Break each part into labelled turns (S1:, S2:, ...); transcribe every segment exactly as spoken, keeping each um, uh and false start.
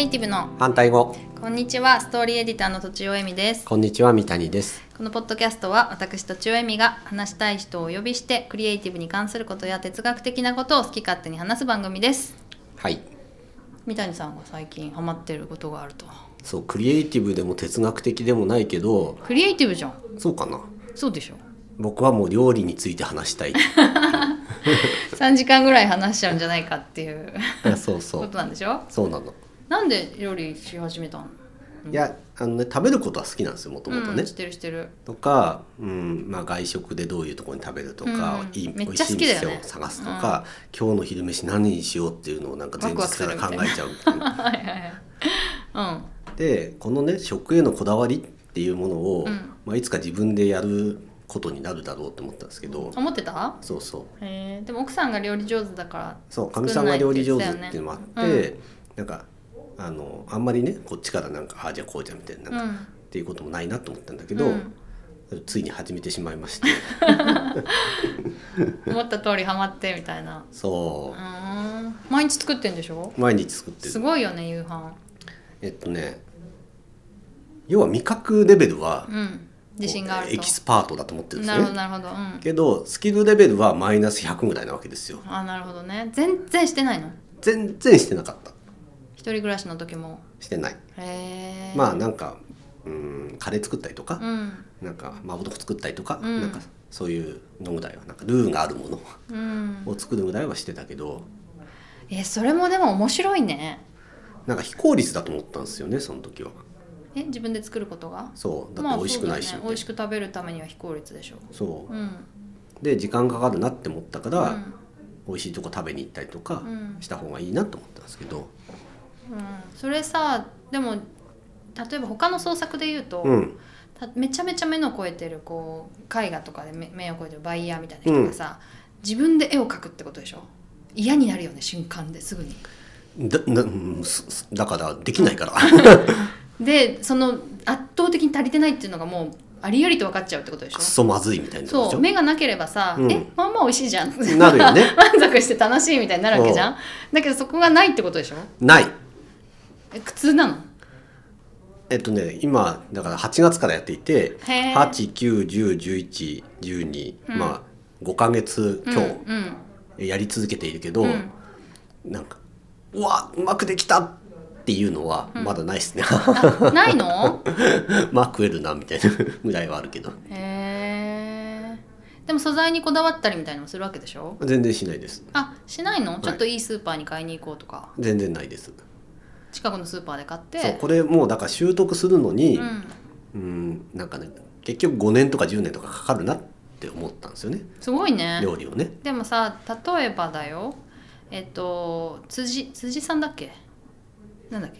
S1: イティブの
S2: 反対語。
S1: こんにちは、ストーリーエディターのとちおえみです。
S2: こんにちは、三谷です。
S1: このポッドキャストは私とちおえみが話したい人をお呼びしてクリエイティブに関することや哲学的なことを好き勝手に話す番組です。
S2: はい。
S1: 三谷さんが最近ハマってることがあると。そう、
S2: クリエイティブでも哲学的でもないけど、
S1: クリエイティブじゃん。
S2: そうかな。
S1: そうでしょ。
S2: 僕はもう料理について話したい
S1: さんじかんぐらい話しちゃうんじゃないかっていう
S2: そうそう
S1: ことなんでしょ。
S2: そうなの。
S1: なんで料理し始めたの？
S2: いや、あのね、食べることは好きなんですよ、もともとね、
S1: うん、してるしてると
S2: か、うんまあ、外食でどういうところに食べるとか、うん、いい、美味しい店を探すとか、うん、今日の昼飯何にしようっていうのをなんか前日から考えちゃうはいはい、はいうん、でこのね食へのこだわりっていうものを、うんまあ、いつか自分でやることになるだろうと思ったんですけど。
S1: 思ってた？
S2: そうそう。
S1: へえ。でも奥さんが料理上手だから
S2: そうかみさんが料理上手っていうのもあって、うん、なんかあのあんまりねこっちからなんかああじゃあこうじゃみたいな、なんか、うん、っていうこともないなと思ったんだけど、うん、ついに始めてしまいまして
S1: 思った通りハマってみたいな。
S2: そう。
S1: うん毎日作ってんでしょ？
S2: 毎日作ってる。
S1: すごいよね夕飯。え
S2: っとね要は味覚レベルは、
S1: うん自信があると
S2: エキスパートだと思ってるんですね。
S1: なるほどなるほど、うん、
S2: けどスキルレベルはマイナスひゃくぐらいなわけですよ。
S1: あなるほどね。全然してないの？
S2: 全然してなかった。
S1: 一人暮らしの時も
S2: してない。
S1: へー。
S2: まあなんかうんカレー作ったりとか、
S1: うん、なん
S2: か麻婆豆腐作ったりとか、
S1: うん、
S2: なんかそういうのぐらいはなんかルーがあるものを作るぐらいはしてたけど、
S1: うん、えそれもでも面白いね。
S2: なんか非効率だと思ったんですよねその時は。
S1: え自分で作ることが？
S2: そうだって美味しくないし、
S1: まあね、美味しく食べるためには非効率でしょ。
S2: そう、
S1: うん、
S2: で時間かかるなって思ったから、うん、美味しいとこ食べに行ったりとかした方がいいなと思ったんですけど、うん、
S1: それさでも例えば他の創作で言うと、うん、めちゃめちゃ目の超えてるこう絵画とかで 目, 目を超えてるバイヤーみたいな人がさ、うん、自分で絵を描くってことでしょ。嫌になるよね瞬間ですぐに。
S2: だ, だ, だからできないから
S1: でその圧倒的に足りてないっていうのがもうありありと分かっちゃうってことでしょ。
S2: くそまずいみたいな。
S1: そう目がなければさ、うん、えまあまあ美味しいじゃん
S2: なるよね
S1: 満足して楽しいみたいになるわけじゃん。だけどそこがないってことでしょ。
S2: ない。
S1: え苦痛なの？
S2: えっとね今だからはちがつからやっていてはち、きゅう、じゅう、じゅういち、じゅうに、うん、まあごかげつ今日やり続けているけど、うん、なんかうわうまくできたっていうのはまだないですね、
S1: うん、ないの？
S2: まあ食えるなみたいなぐらいはあるけど。
S1: へー。でも素材にこだわったりみたいなのもするわけでしょ？
S2: 全然しないです。
S1: あしないの？ちょっといいスーパーに買いに行こうとか。
S2: 全然ないです。
S1: 近くのスーパーで買って。
S2: そうこれもうだから習得するのに、うん、うんなんかね結局ごねんとかじゅうねんとかかかるなって思ったんですよね。
S1: すごいね
S2: 料理をね。
S1: でもさ例えばだよえっと辻辻さんだっけなんだっけ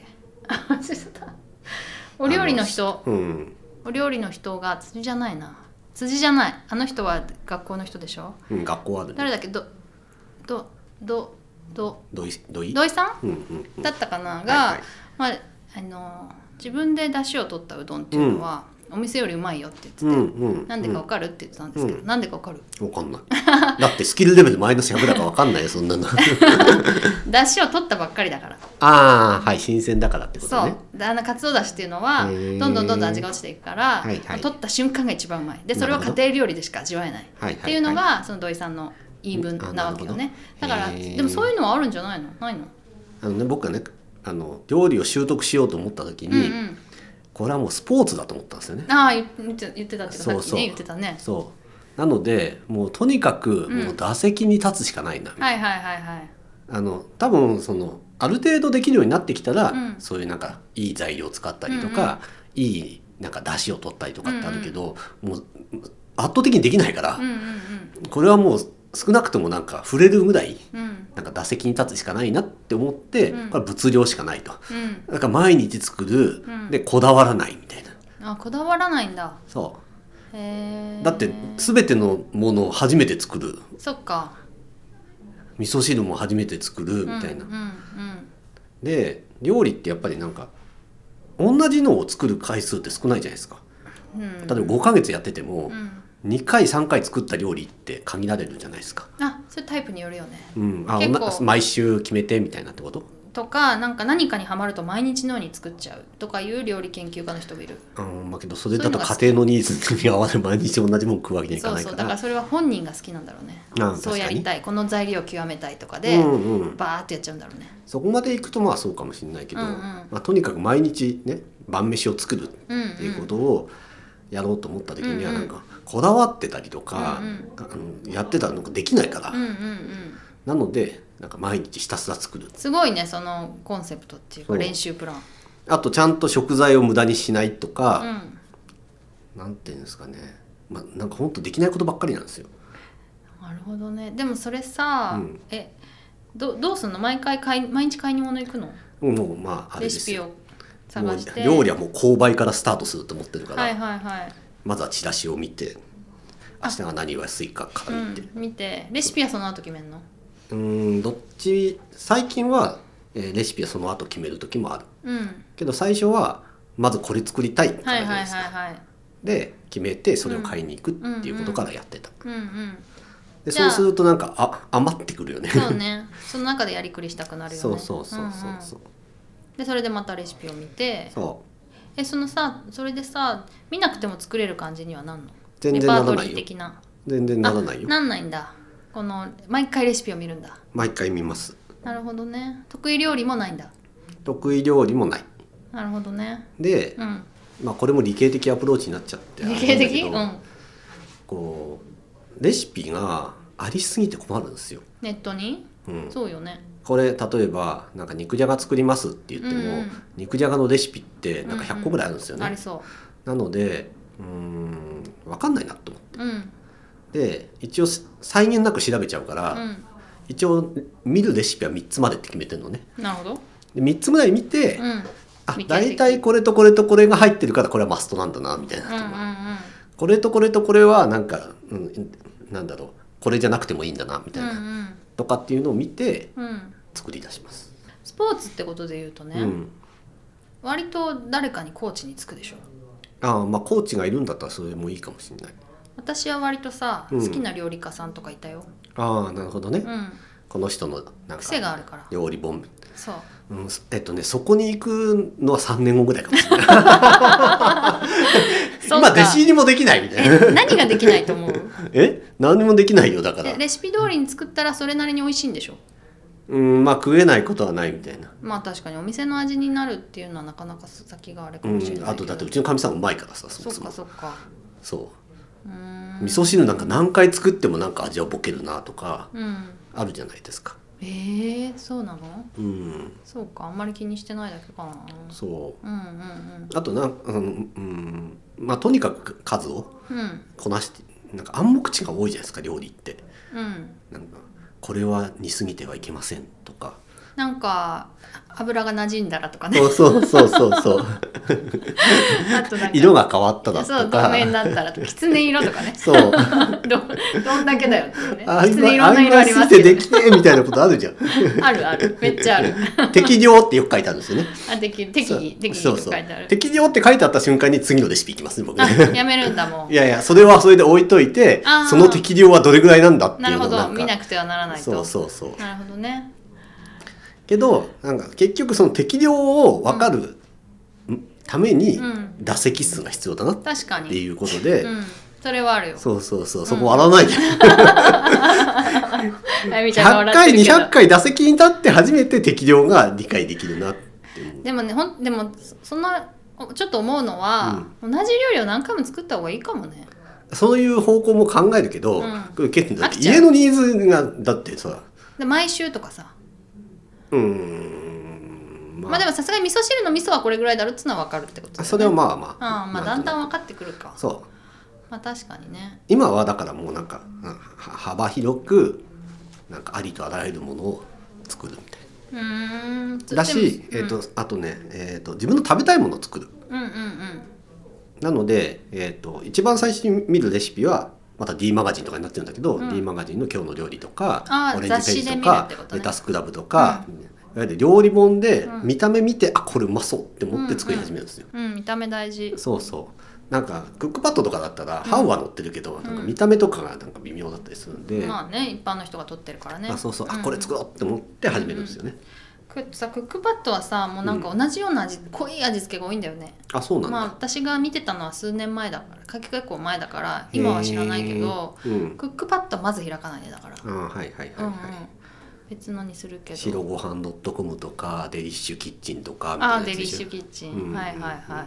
S1: お料理の人、うん、お料理の人が辻じゃないな辻じゃないあの人は学校の人でしょ、
S2: うん、学校あるね。
S1: 誰だっけどどどど
S2: 土井土井
S1: 土井さん、
S2: うんうんうん、
S1: だったかなが、はいはいまあ、あの自分で出汁を取ったうどんっていうのは、うん、お店よりうまいよって言ってて、うんうん、なんでか分かるって言ってたんですけど、うん、なんでか分かる？
S2: 分かんないだってスキルレベルマイナスひゃくだから分かんないよそんなの
S1: 出汁を取ったばっかりだから。
S2: ああはい新鮮だからってことね。
S1: そうあのかつおだしっていうのはどんどんどんどん味が落ちていくから、はいはい、取った瞬間が一番うまいでそれは家庭料理でしか味わえない、はい、っていうのが、はいはい、その土井さんの言い分なわけよね。だからでもそういうのはあるんじゃないの？ないの？
S2: あのね僕はねあの料理を習得しようと思った時に、うんうん、これはもうスポーツだと思ったんですよね。
S1: ああ言って言ってたっていうかさっきね言ってたね。
S2: そうなのでもうとにかくもう打席に立つしかないな、うん、
S1: はいはいはいはい
S2: あの多分そのある程度できるようになってきたら、うん、そういうなんかいい材料を使ったりとか、うんうん、いいなんか出汁を取ったりとかってあるけど、うんうん、もう圧倒的にできないから、うんうんうん、これはもう少なくともなんか触れるぐらい、うん、なんか打席に立つしかないなって思って、うん、これ物量しかないと、うん、だから毎日作る、うん、でこだわらないみたいな。
S1: あこだわらないんだ。
S2: そうへだって全てのものを初めて作る。
S1: そっか
S2: 味噌汁も初めて作るみたいな、うんうんうん、で料理ってやっぱりなんか同じのを作る回数って少ないじゃないですか、うん、例えばごかげつやってても、うんにかいさんかい作った料理って限られるじゃないですか。
S1: あそれタイプによるよね、
S2: うん、あ結構毎週決めてみたいなってこと
S1: とかなんか何かにハマると毎日のように作っちゃうとかいう料理研究家の人もいる。
S2: うんまあ、けどそれだと家庭のニーズに合わせ毎日同じもの食うわけにはいかないから。
S1: そうそうだからそれは本人が好きなんだろうね。
S2: ああ
S1: そうやりたいこの材料を極めたいとかで、
S2: うんうん、
S1: バーってやっちゃうんだろうね。
S2: そこまでいくとまあそうかもしれないけど、
S1: うんうん
S2: まあ、とにかく毎日ね晩飯を作るっていうことをやろうと思った時にはなんかこだわってたりとか、うんうん、あのやってたのができないから、うんうんうん、なのでなんか毎日ひたすら作る。
S1: すごいねそのコンセプトっていうか練習プラン。
S2: あとちゃんと食材を無駄にしないとか、うん、なんていうんですかね、まあ、なんか本当できないことばっかりなんですよ。
S1: なるほどね。でもそれさ、うん、え ど, どうすんの毎回買い毎日買いに物行くの？
S2: もうまああれですよ。
S1: レシピを探して
S2: 料理はもう購買からスタートすると思ってるから、
S1: はいはいはい、
S2: まずはチラシを見て明日が何を安いかから見て、
S1: うん、見てレシピはその後決めるの？
S2: うーんどっち最近は、えー、レシピはその後決める時もある、うん、けど最初はまずこれ作りたいからじゃないですか、はいはいはいはい、で決めてそれを買いに行くっていうことからやってた、うんうんうん、でそうするとなんかあ余ってくるよね。
S1: そうねその中でやりくりしたくなるよね。
S2: そうそうそうそうそう、
S1: うんうん、でそれでまたレシピを見て
S2: そう
S1: えそのさそれでさ見なくても作れる感じにはなんの？
S2: 全然ならないよ。
S1: レパートリー的な
S2: 全然ならないよ。
S1: なんないんだ。この毎回レシピを見るんだ。
S2: 毎回見ます。な
S1: るほどね。得意料理もないんだ。
S2: 得意料理もない。
S1: なるほどね。
S2: で、うん、まあこれも理系的アプローチになっちゃって
S1: 理系的、うん、
S2: こうレシピがありすぎて困るんですよ。
S1: ネットに、うん、そうよね。
S2: これ例えばなんか肉じゃが作りますって言っても、うんうん、肉じゃがのレシピってなんかひゃっこぐらいあるんですよね、うんうん、ありそう。なのでうーん分かんないなと思って、うん、で一応際限なく調べちゃうから、うん、一応見るレシピはみっつまでって決めてるのね。
S1: なるほど。
S2: でみっつぐらい見て、うん、あ大体これとこれとこれが入ってるからこれはマストなんだなみたいな、うんうんうん、これとこれとこれはなんか、うん、なんだろうこれじゃなくてもいいんだなみたいな、うんうん、とかっていうのを見て、うん作り出します。
S1: スポーツってことで言うとね、うん、割と誰かにコーチにつくでしょ。
S2: ああまあコーチがいるんだったらそれもいいかもしれない。
S1: 私は割とさ、うん、好きな料理家さんとかいたよ。
S2: ああなるほどね、うん、この人のなんか癖があるから料理本
S1: そう、
S2: うん、えっとねそこに行くのはさんねんごぐらいかもしれない今弟子入りもできないみたいな。
S1: え何ができないと思う？
S2: え何もできないよだから。
S1: レシピ通りに作ったらそれなりに美味しいんでしょ。
S2: うんまあ食えないことはないみたいな。
S1: まあ確かにお店の味になるっていうのはなかなか先があれかもしれないけど、
S2: うん、あとだってうちのかみさんうまいからさ。
S1: そっかそっか。
S2: そううーん味噌汁なんか何回作ってもなんか味はボケるなとかあるじゃないですか、
S1: うん、えー、そうなの？
S2: うん
S1: そうかあんまり気にしてないだけかな。
S2: そう、
S1: うんうんうん、
S2: あとなあの、うんまあとにかく数をこなして、うん、なんか暗黙知が多いじゃないですか料理って、うん、なんかこれは煮すぎてはいけませんとか
S1: なんか油が馴染んだらとかね。
S2: そうそうそうそうそう
S1: あとなんか
S2: 色が変わっただとか
S1: そう透明になったらとかきつね色とかね。
S2: そう
S1: ど, どんだけだよっていうね。
S2: あきつね色んな色ありますけど、ね、できてみたいなことあるじゃん。
S1: あるあるめっちゃある。
S2: 適量ってよく書いてあるんですよね。
S1: あ適適宜適宜って書いてある。そうそう
S2: 適量って書いてあった瞬間に次のレシピいきますね僕ね。
S1: やめるんだもん。
S2: いやいやそれはそれで置いといてその適量はどれぐらいなんだっていうのを
S1: なるほど見なくてはならないと。
S2: そうそうそう。
S1: なるほどね。
S2: けどなんか結局その適量を分かるために打席数が必要だなっていうことで、
S1: うんうん、それはあるよ。
S2: そうそうそう、うん、そこ割らないでひゃっかいにひゃっかい打席に立って初めて適量が理解できるなって思う。
S1: でもねほんでもそんなちょっと思うのは、うん、同じ料理を何回も作った方がいいかもね。
S2: そういう方向も考えるけど、うん、これ結構だって家のニーズがだってさ
S1: で毎週とかさ
S2: うーん
S1: まあ、まあでもさすがに味噌汁の味噌はこれぐらいだろっていうのは分かるってことだよね。
S2: それはまあま
S1: ああまあだんだん分かってくるか。
S2: そう
S1: まあ確かにね。
S2: 今はだからもうなんか幅広くなんかありとあらゆるものを作るみたいな。うーんだし、えーとうん、あとね、えーと、自分の食べたいものを作る。
S1: うんうんうん。な
S2: ので、えーと、一番最初に見るレシピはまた D マガジンとかになってるんだけど、うん、D マガジンの今日の料理とかオレンジページとか、ね、レタスクラブとか、うん、いわゆる料理本で見た目見て、うん、あこれうまそうって思って作り始めるんですよ、
S1: うんうんうん、見た目大事。
S2: そうそうなんかクックパッドとかだったら、うん、ハウは載ってるけどなんか見た目とかがなんか微妙だったりするんで、
S1: まあね一般の人が撮ってるからね。
S2: あそうそう、うん、あこれ作ろうって思って始めるんですよね、
S1: うん、クさクックパッドはさもうなんか同じような味、うん、濃い味付けが多いんだよね。
S2: あ、そうなんだ。
S1: まあ私が見てたのは数年前だから結構前だから今は知らないけど、うん、クックパッドはまず開かないでだから。
S2: あ、はいはいはいはい、うんうん、
S1: 別のにするけど
S2: 白ごはん .com とかデリッシュキッチンとかみたいなやつでしょ。
S1: あ、デリッシュキッチン、うん、はいはいはい、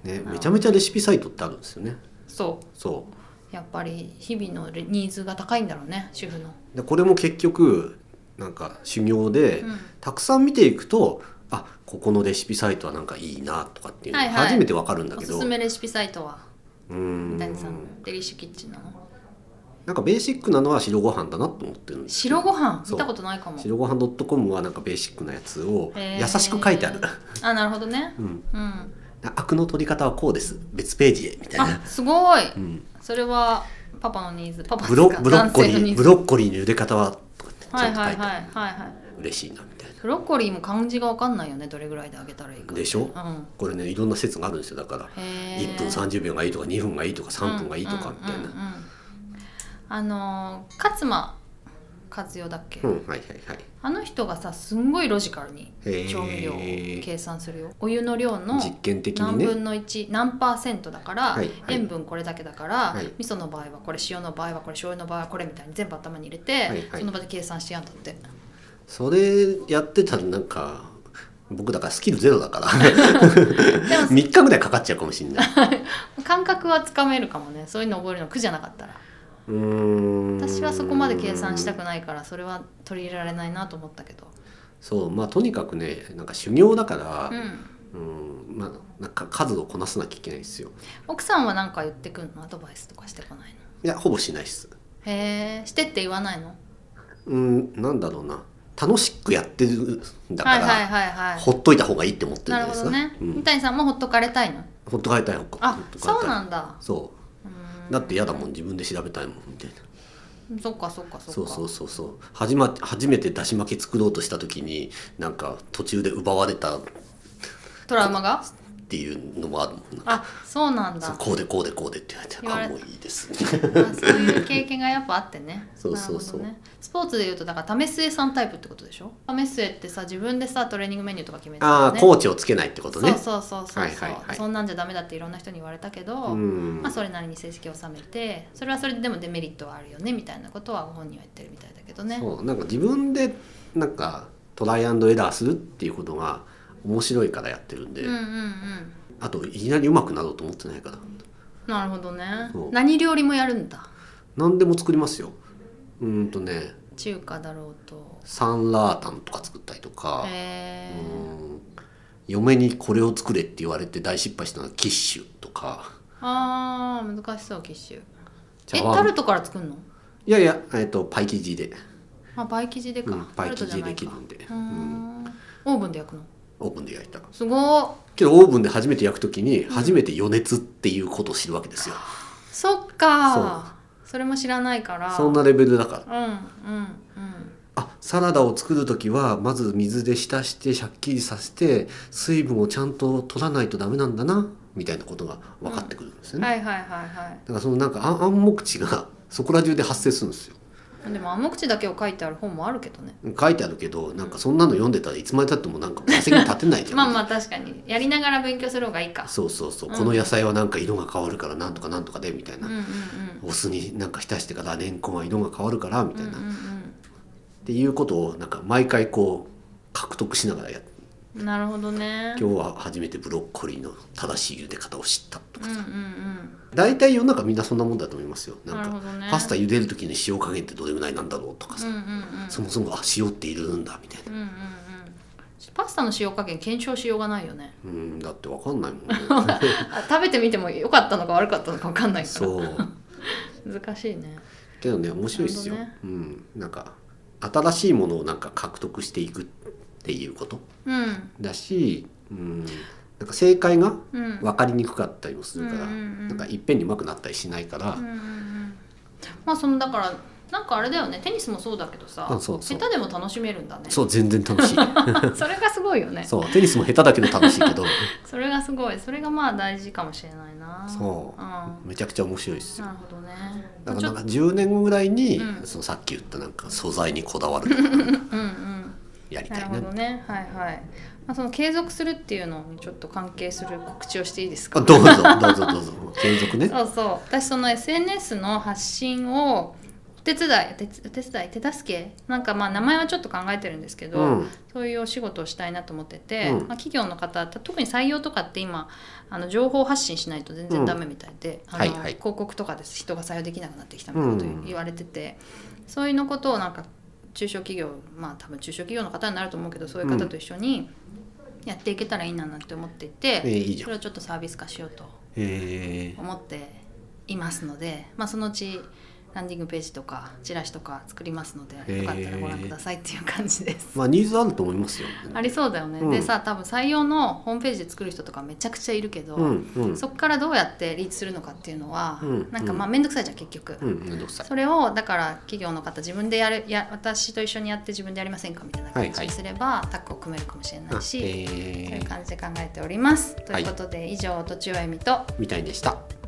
S2: ね、めちゃめちゃレシピサイトってあるんですよね。
S1: そう
S2: そう
S1: やっぱり日々のニーズが高いんだろうね、主婦の。
S2: でこれも結局なんか修行で、うん、たくさん見ていくと、あ、ここのレシピサイトはなんかいいなとかっていうのが初めてわかるんだけど、はいはい、
S1: おすすめレシピサイトはうーん三谷さんデリッシュキッチンなの？
S2: なんかベーシックなのは白ご飯だなと思ってるんです
S1: よ。白ご飯見たことないかも。
S2: 白ご飯 .com はなんかベーシックなやつを優しく書いてある。
S1: あ、なるほどね、
S2: うんうん、アクの取り方はこうです、別ページへみたいな。
S1: あ、すごい、うん、それはパパのニーズ。パパ
S2: ブロブロッコリーブロッコリーの茹で方はとかってちゃんと書いてある。はいはいはいはいはい、嬉しいなみたいな。
S1: ブロッコリーも漢字が分かんないよね、どれぐらいで揚げたらいいか
S2: でしょ、うん、これねいろんな説があるんですよ。だからいっぷんさんじゅうびょうがいいとかにふんがいいとかさんぷんがいいとかみたいな、うんうんうんうん、
S1: あの勝間和代だっけ、
S2: うん、はいはいはい、
S1: あの人がさすんごいロジカルに調味料を計算するよ。お湯の量の
S2: 実験的にね
S1: 何分のいち何パーセントだから、はいはい、塩分これだけだから、はい、味噌の場合はこれ、塩の場合はこれ、醤油の場合はこれみたいに全部頭に入れて、はいはい、その場で計算してやんだって。
S2: それやってたらなんか僕だからスキルゼロだからみっかぐらいかかっちゃうかもしれない
S1: 感覚はつかめるかもね、そういうの覚えるの苦じゃなかったら。うーん、私はそこまで計算したくないからそれは取り入れられないなと思ったけど。
S2: そう、まあとにかくね、なんか修行だから、うん、うん、まあなんか数をこなさなきゃいけないですよ。
S1: 奥さんは何か言ってくんの？アドバイスとかしてこないの？
S2: いや、ほぼしないっす。
S1: へえ、してって言わないの？
S2: うん、なんだろうな、楽しくやってるんだから、はいはいはいはい、ほっといた方がいいって思ってるんじゃないですか。なるほどね、うん、三谷さんもほっとかれたいの？ほっとかれたい。ほっとかれたい。あ、そうなんだ。そう、だって嫌だもん、自分で調べたいもんみたいな。
S1: そっかそっかそっか。
S2: そうそうそうそう。始ま初めてだし巻き作ろうとした時になんか途中で奪われた
S1: トラウマが
S2: っていうのもあるもん。
S1: あ、そうなんだ。
S2: こうでこうでこうでって言われて、あ、もういいですね
S1: あ、そういう経験がやっぱあってね
S2: そうそうそう、
S1: ね、スポーツでいうとだから為末さんタイプってことでしょ。為末ってさ自分でさトレーニングメニューとか決めてたよね。
S2: ああ、コーチをつけないってことね。
S1: そうそうそうそう、はいはいはい、そんなんじゃダメだっていろんな人に言われたけど、まあ、それなりに成績を収めて、それはそれででもデメリットはあるよねみたいなことはご本人は言ってるみたいだけどね。
S2: そう、なんか自分でなんかトライアンドエラーするっていうことが面白いからやってるんで、うんうんうん、あといきなりうまくなろうと思ってないから。
S1: なるほどね。何料理もやるんだ。
S2: 何でも作りますよ。うんとね、
S1: 中華だろうと
S2: サンラータンとか作ったりとか、へー、うん、嫁にこれを作れって言われて大失敗したのはキッシュとか。
S1: あー、難しそう。キッシュ、え、タルトから作るの？
S2: いやいや、えっとパイ生地で。
S1: あ、パイ生地でか、うん、
S2: パイ生地でできるんで、うん、
S1: オーブンで焼くの？
S2: オーブンで焼いた。
S1: すごー。
S2: けどオーブンで初めて焼くときに初めて余熱っていうことを知るわけですよ、うん、
S1: そっか。 そ, それも知らないから。
S2: そんなレベルだから。
S1: うんうんうん。
S2: あ、サラダを作るときはまず水で浸してシャッキリさせて水分をちゃんと取らないとダメなんだなみたいなことが分かってくるんですよね、うん、はいはいはいはい。だからそのなんか暗黙知がそこら中で発生するんですよ。
S1: でも暗黙知だけを書いてある本もあるけどね。
S2: 書いてあるけど、なんかそんなの読んでたらいつまでたってもなんか打席に立てないじゃん
S1: まあまあ確かにやりながら勉強する方がいいか。
S2: そうそうそう、うん、この野菜はなんか色が変わるからなんとかなんとかでみたいな、うんうんうん、お酢になんか浸してからレンコンは色が変わるからみたいな、うんうんうん、っていうことをなんか毎回こう獲得しながらやって。
S1: なるほどね。
S2: 今日は初めてブロッコリーの正しい茹で方を知ったとかさ、うんうんうん、大体世の中みんなそんなもんだと思いますよ。なんか、ね、パスタ茹でる時に塩加減ってどれぐらいなんだろうとかさ、うんうんうん、そもそもあ塩っているんだみたいな、うんうんうん、
S1: パスタの塩加減検証しようがないよね。
S2: うん、だって分かんないもんね
S1: 食べてみても良かったのか悪かったのか分かんないから
S2: そう
S1: 難しいね。
S2: けどね面白いですよ、ね、うん、なんか新しいものをなんか獲得していくっていうこと、うん、だし、うん、なんか正解が分かりにくかったりもするから、うん、なんかいっぺんにうまくなったりしないから、うんうんうん、
S1: まあそのだからなんかあれだよね、テニスもそうだけどさ、そうそう下手でも楽しめるんだね。
S2: そう、全然楽しい
S1: それがすごいよね。
S2: そう、テニスも下手だけど楽しいけど
S1: それがすごい、それがまあ大事かもしれないな。
S2: そう、うん、めちゃくちゃ面白いですよ。
S1: なるほどね。
S2: だからなんかじゅうねんごぐらいに、うん、そのさっき言ったなんか素材にこだわるとかうん、うん、 やりたいな。な
S1: るほどね。はいはい。まあ、その継続するっていうのにちょっと関係する告知をしていいですか？
S2: どうぞどうぞどうぞ。継続ね。
S1: そうそう。私その エスエヌエス の発信をお手伝い手伝い手助けなんかまあ名前はちょっと考えてるんですけど、うん、そういうお仕事をしたいなと思ってて、うん、まあ、企業の方特に採用とかって今あの情報発信しないと全然ダメみたいで、うん、あの、はいはい、広告とかです人が採用できなくなってきたみたいなこと言われてて、うん、そういうのことをなんか中小企業まあ多分中小企業の方になると思うけどそういう方と一緒にやっていけたらいいななんて思っていて、うん、えー、いいじゃん。それをちょっとサービス化しようと思っていますので、まあ、そのうちランディングページとかチラシとか作りますのでよかったらご覧くださいっていう感じです。
S2: まあニーズあると思いますよ。
S1: ありそうだよね、うん、でさ多分採用のホームページで作る人とかめちゃくちゃいるけど、うんうん、そこからどうやってリーチするのかっていうのは、うん、なんかまあ面倒くさいじゃん結局、うん、めんどくさい。それをだから企業の方自分でやるや私と一緒にやって自分でやりませんかみたいな感じにすれば、はいはい、タッグを組めるかもしれないし、そういう感じで考えております。ということで、はい、以上とちおえみと
S2: みたいでした。